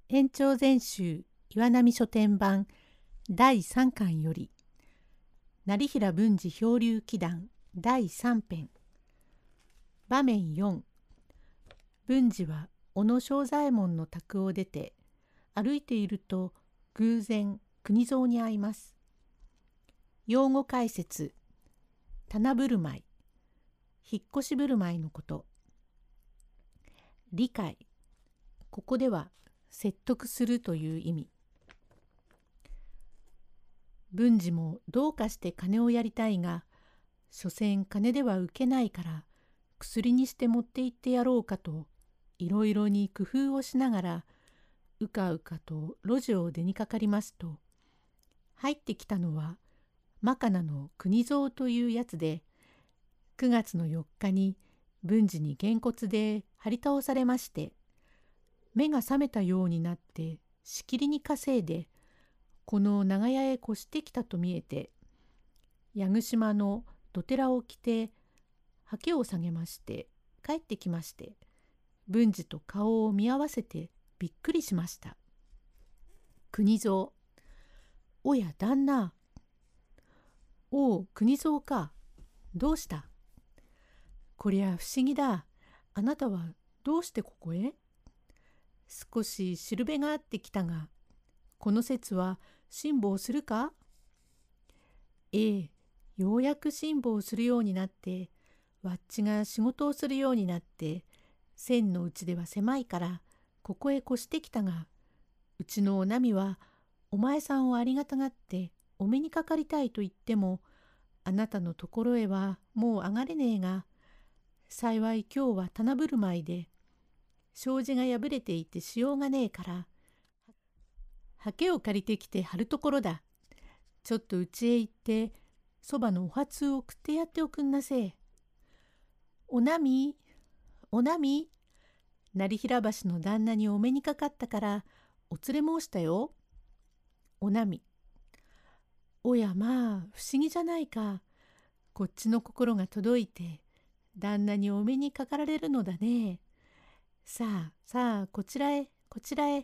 延長全集岩波書店版第3巻より成平文治漂流記談第3編場面4。文治は小野正左衛門の宅を出て歩いていると偶然国蔵に会います。用語解説。棚振る舞い、引っ越し振る舞いのこと。理解。ここでは説得するという意味。文治もどうかして金をやりたいが、所詮金では受けないから薬にして持って行ってやろうかといろいろに工夫をしながらうかうかと路地を出にかかりますと、入ってきたのはマカナの国蔵というやつで、9月の4日に文治にげんこつで張り倒されまして、目が覚めたようになってしきりに稼いでこの長屋へ越してきたと見えて、矢串島のどてらを着てはけを下げまして帰ってきまして、文治と顔を見合わせてびっくりしました。国蔵。おや旦那。おう国蔵か。どうした。こりゃ不思議だ。あなたはどうしてここへ。少ししるべがあってきたが、この節は辛抱するか。ええ、ようやく辛抱するようになって、わっちが仕事をするようになって、千のうちでは狭いからここへ越してきたが、うちのおなみはお前さんをありがたがってお目にかかりたいと言っても、あなたのところへはもう上がれねえが、幸い今日は棚振る舞いで障子が破れていてしようがねえから、はけを借りてきて貼るところだ。ちょっとうちへ行ってそばのお初を食ってやっておくんなせえ。おなみ、おなみ、成平橋の旦那にお目にかかったからお連れ申したよ。おなみ。おやまあ不思議じゃないか。こっちの心が届いて旦那にお目にかかられるのだね。さあさあこちらへこちらへ。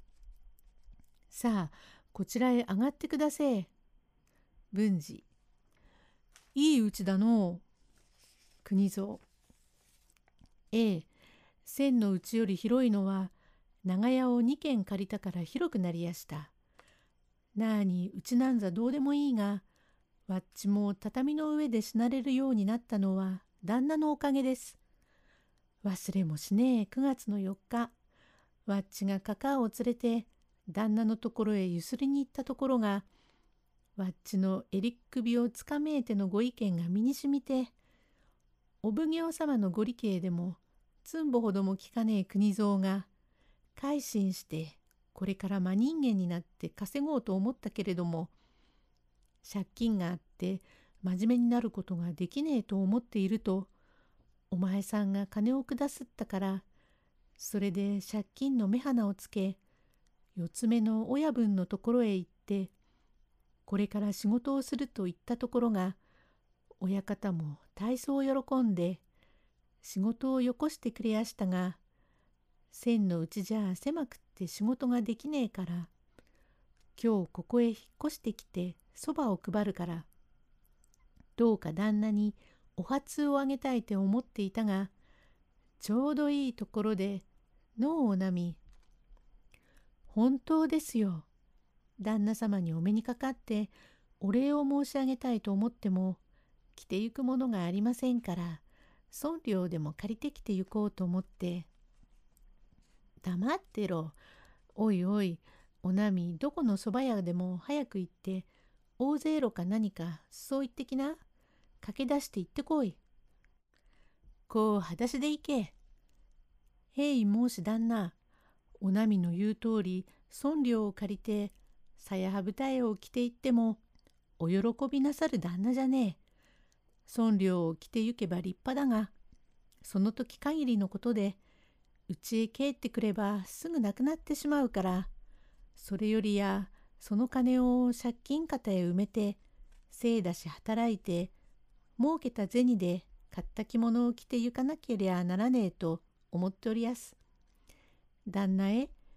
さあこちらへ上がってくだせえ。文治。いいうちだのう。国蔵。ええ、千のうちより広いのは長屋を2軒借りたから広くなりやした。なあにうちなんざどうでもいいが、わっちも畳の上で死なれるようになったのは旦那のおかげです。忘れもしねえ9月の4日、わっちがかかあを連れて旦那のところへゆすりに行ったところが、わっちの襟っ首をつかめえてのご意見が身にしみて、お奉行様のご理恵でもつんぼほども聞かねえ国蔵が改心してこれから真人間になって稼ごうと思ったけれども、借金があって真面目になることができねえと思っていると、お前さんが金をくだすったから、それで借金の目鼻をつけ、四つ目の親分のところへ行って、これから仕事をすると言ったところが、親方も大層喜んで、仕事をよこしてくれやしたが、千のうちじゃ狭くって仕事ができねえから、今日ここへ引っ越してきてそばを配るから、どうか旦那にお初をあげたいって思っていたが、ちょうどいいところで、のうおなみ。本当ですよ。旦那様にお目にかかってお礼を申し上げたいと思っても、着てゆくものがありませんから、損料でも借りてきてゆこうと思って。黙ってろ。おいおい、おなみどこのそば屋でも早く行って、大勢路か何かそう言ってきな。駆け出して行ってこい。こう裸足で行け。へい申し旦那、おなみの言う通り損料を借りて、さやは舞台を着て行っても、お喜びなさる旦那じゃねえ。損料を着て行けば立派だが、その時限りのことで、うちへ帰ってくればすぐなくなってしまうから、それよりやその金を借金方へ埋めて、精出し働いて、儲けた銭で買った着物を着て行かなけりゃならねえと思っておりやす。旦那へ、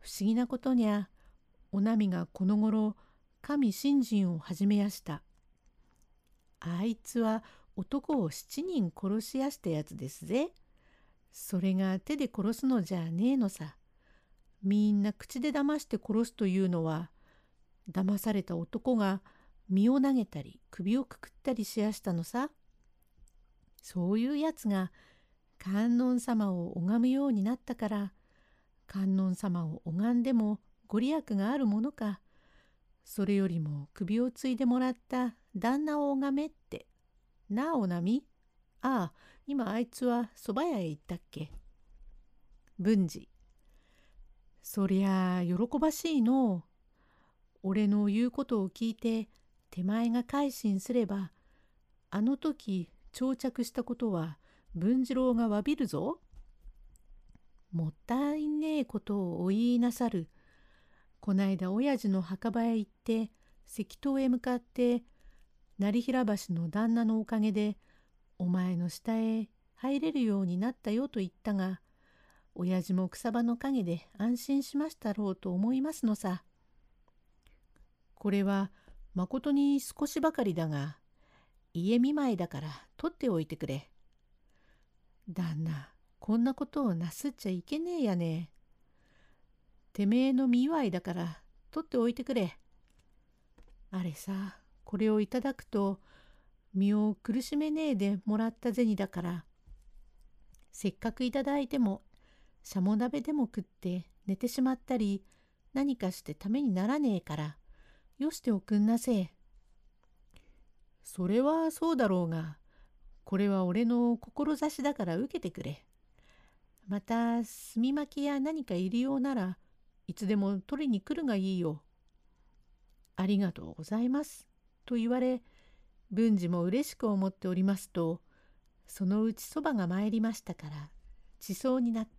不思議なことにゃ、おなみがこの頃、神信心を始めやした。あいつは男を7人殺しやしたやつですぜ。それが手で殺すのじゃねえのさ。みんな口で騙して殺すというのは、騙された男が身を投げたり首をくくったりしやしたのさ。そういうやつが観音様を拝むようになったから、観音様を拝んでもご利益があるものか。それよりも首をついでもらった旦那を拝めって。なあおなみ。ああ、今あいつは蕎麦屋へ行ったっけ。文治。そりゃあ喜ばしいのう。俺の言うことを聞いて手前が改心すれば、あの時長着したことは文次郎がわびるぞ。もったいねえことをお言いなさる。こないだ親父の墓場へ行って石塔へ向かって成平橋の旦那のおかげでお前の下へ入れるようになったよと言ったが、親父も草場の陰で安心しましたろうと思いますのさ。これはまことに少しばかりだが、家見舞いだから取っておいてくれ。旦那、こんなことをなすっちゃいけねえやね。てめえの見祝いだから取っておいてくれ。あれさ、これをいただくと身を苦しめねえでもらった銭だから、せっかくいただいてもしゃも鍋でも食って寝てしまったり何かしてためにならねえからよしておくんなせえ。それはそうだろうが、これは俺の志だから受けてくれ。また炭巻きや何か入りようならいつでも取りに来るがいいよ。ありがとうございます。と言われ、文治も嬉しく思っておりますと、そのうちそばが参りましたから地層になった。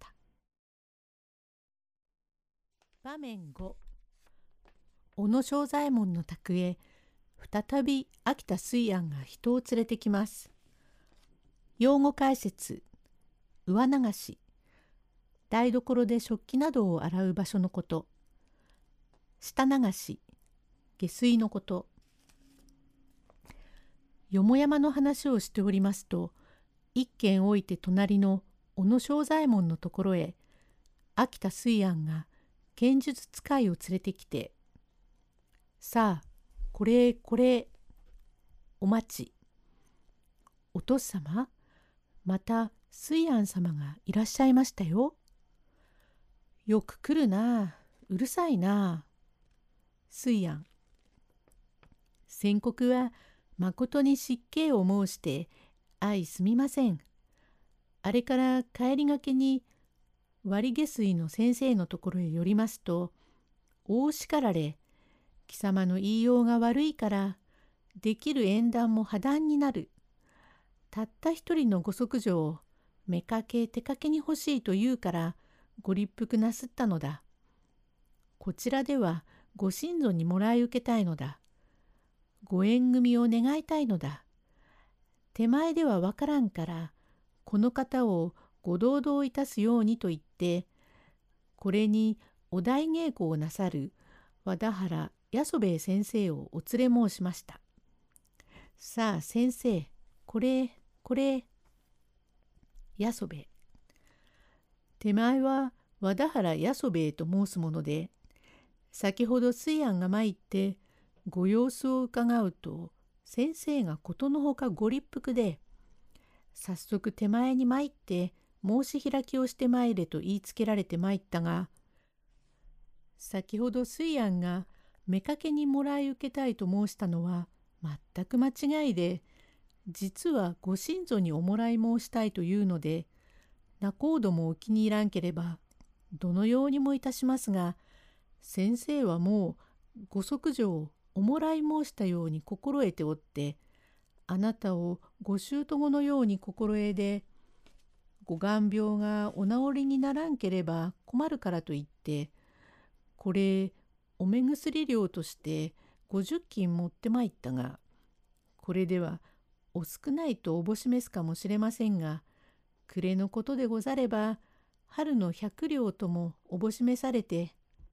場面5。小野正左衛門の宅へ再び秋田水安が人を連れてきます。用語解説。上流し。台所で食器などを洗う場所のこと。下流し。下水のこと。よもやまの話をしておりますと、一軒置いて隣の小野正左衛門のところへ秋田水安が剣術使いを連れてきて、さあこれこれお待ち。お父様、また水安様がいらっしゃいましたよ。よく来るな、うるさいな。水安。先刻はまことに失敬を申して相すみません。あれから帰りがけに割下水の先生のところへ寄りますと、大叱られ、貴様の言いようが悪いからできる縁談も破談になる。たった一人のご息女をめかけ手かけに欲しいと言うからご立腹なすったのだ。こちらではご親族にもらい受けたいのだ。ご縁組を願いたいのだ。手前ではわからんからこの方をご同道いたすようにと言って、これにお大稽古をなさる和田原安兵衛先生をお連れ申しました。さあ先生、これこれ。安兵衛。手前は和田原安兵衛と申すもので、先ほど水安が参ってご様子を伺うと、先生がことのほかご立腹で、早速手前に参って申し開きをして参れと言いつけられて参ったが、先ほど水安が妾にもらい受けたいと申したのは全く間違いで、実はご親族におもらい申したいというので、仲人もお気に入らんければどのようにもいたしますが、先生はもうご息女をおもらい申したように心得ておって、あなたをご姑のように心得で、ご眼病がお治りにならんければ困るからと言って、これお目薬料として50金持ってまいったが、これではお少ないとおぼしめすかもしれませんが、暮れのことでござれば春の100両ともおぼしめされて、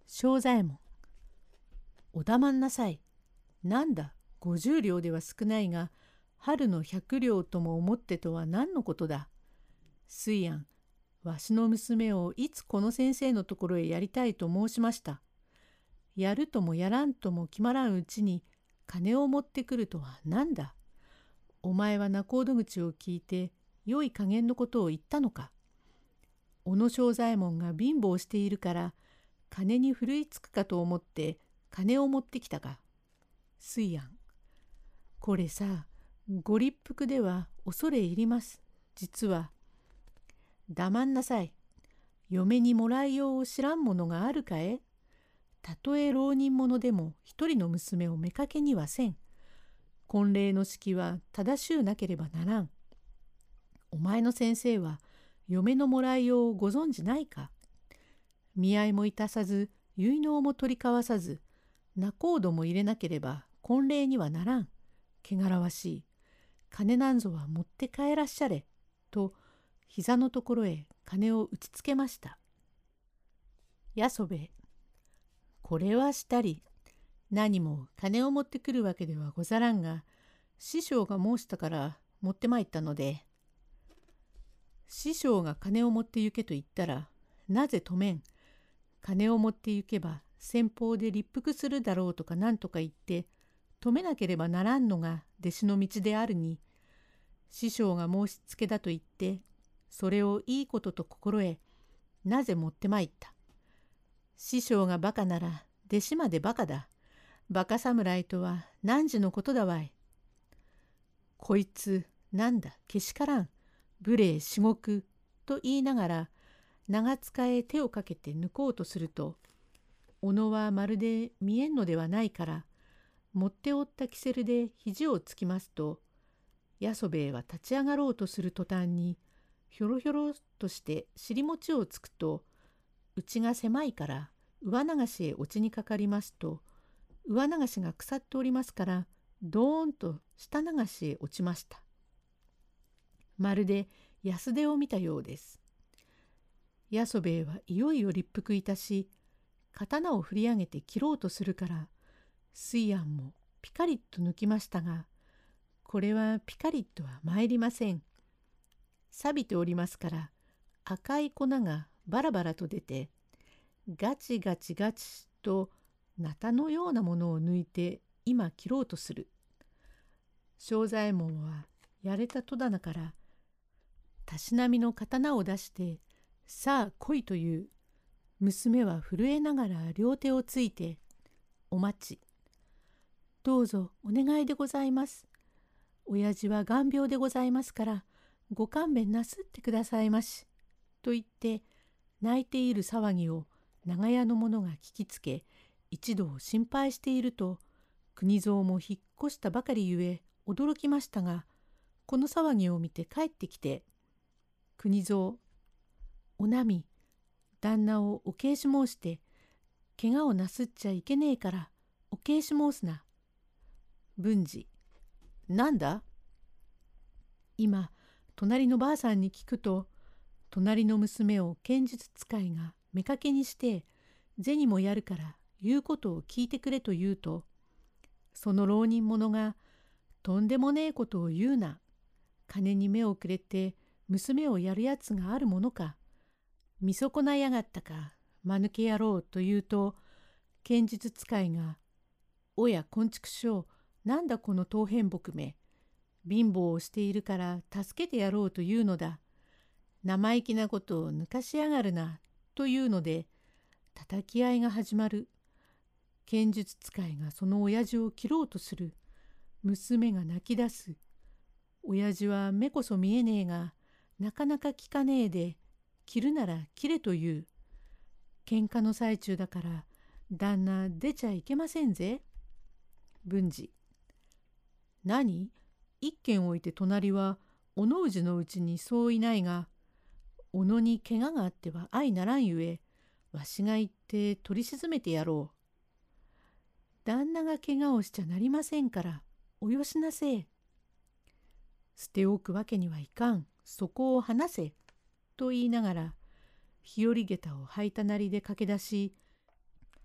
正左衛門。おだまんなさい。なんだ、50両では少ないが、春の100両とも思ってとは何のことだ。水安、わしの娘をいつこの先生のところへやりたいと申しました。やるともやらんとも決まらんうちに金を持ってくるとは何だ。お前は仲人口を聞いて良い加減のことを言ったのか。小野正左衛門が貧乏しているから金にふるいつくかと思って金を持ってきたか。水安、これさ、ご立腹では恐れ入ります。実は。黙んなさい。嫁にもらいようを知らんものがあるかえ。たとえ浪人者でも一人の娘を妾にはせん。婚礼の式は正しゅうなければならん。お前の先生は嫁のもらいようをご存じないか。見合いもいたさず、結納も取り交わさず、仲人も入れなければ婚礼にはならん。汚らわしい。金なんぞは持って帰らっしゃれ。と、膝のところへ金を打ちつけました。やそべえ、これはしたり、何も金を持ってくるわけではござらんが、師匠が申したから持ってまいったので。師匠が金を持って行けと言ったら、なぜ止めん。金を持って行けば先方で立腹するだろうとか何とか言って、止めなければならんのが弟子の道であるに、師匠が申しつけだと言って、それをいいことと心得、なぜ持ってまいった。師匠がバカなら弟子までバカだ。バカ侍とは何時のことだわい。こいつなんだけしからん。無礼至極と言いながら長塚へ手をかけて抜こうとすると、小野はまるで見えんのではないから、持っておったキセルで肘をつきますと、やそべえは立ち上がろうとする途端に、ひょろひょろとして尻餅をつくと、内が狭いから上流しへ落ちにかかりますと、上流しが腐っておりますから、ドーンと下流しへ落ちました。まるで安手を見たようです。やそべえはいよいよ立腹いたし、刀を振り上げて切ろうとするから、水安もピカリッと抜きましたが、これはピカリッとは参りません。錆びておりますから、赤い粉がバラバラと出て、ガチガチガチとナタのようなものを抜いて今切ろうとする。正左衛門はやれた戸棚からたしなみの刀を出して、さあ来いという。娘は震えながら両手をついて、お待ち。どうぞお願いでございます。親父は眼病でございますから、ご勘弁なすってくださいまし。と言って、泣いている騒ぎを長屋の者が聞きつけ、一同心配していると、国蔵も引っ越したばかりゆえ驚きましたが、この騒ぎを見て帰ってきて、国蔵、おなみ、旦那をお返し申して、怪我をなすっちゃいけねえから、お返し申すな。文治、なんだ。今、隣のばあさんに聞くと、隣の娘を剣術使いが妾にして、銭もやるから言うことを聞いてくれと言うと、その浪人者が、とんでもねえことを言うな。金に目をくれて娘をやるやつがあるものか。見損なやがったか、間抜け野郎と言うと、剣術使いが、おやこんちくしょう、なんだこの当変木め。貧乏をしているから助けてやろうというのだ。生意気なことを抜かしやがるな、というので、叩き合いが始まる。剣術使いがその親父を切ろうとする。娘が泣き出す。親父は目こそ見えねえが、なかなか聞かねえで、切るなら切れと言う。喧嘩の最中だから、旦那出ちゃいけませんぜ。文治、何？一軒置いて隣は、おのうじのうちにそういないが、小野に怪我があっては相ならんゆえ、わしが行って取り沈めてやろう。旦那が怪我をしちゃなりませんから、およしなせえ。捨ておくわけにはいかん、そこを離せ。と言いながら、日和下駄を履いたなりで駆け出し、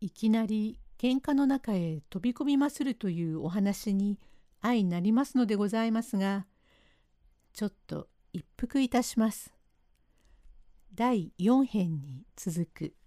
いきなり喧嘩の中へ飛び込みまするというお話に相なりますのでございますが、ちょっと一服いたします。第4編に続く。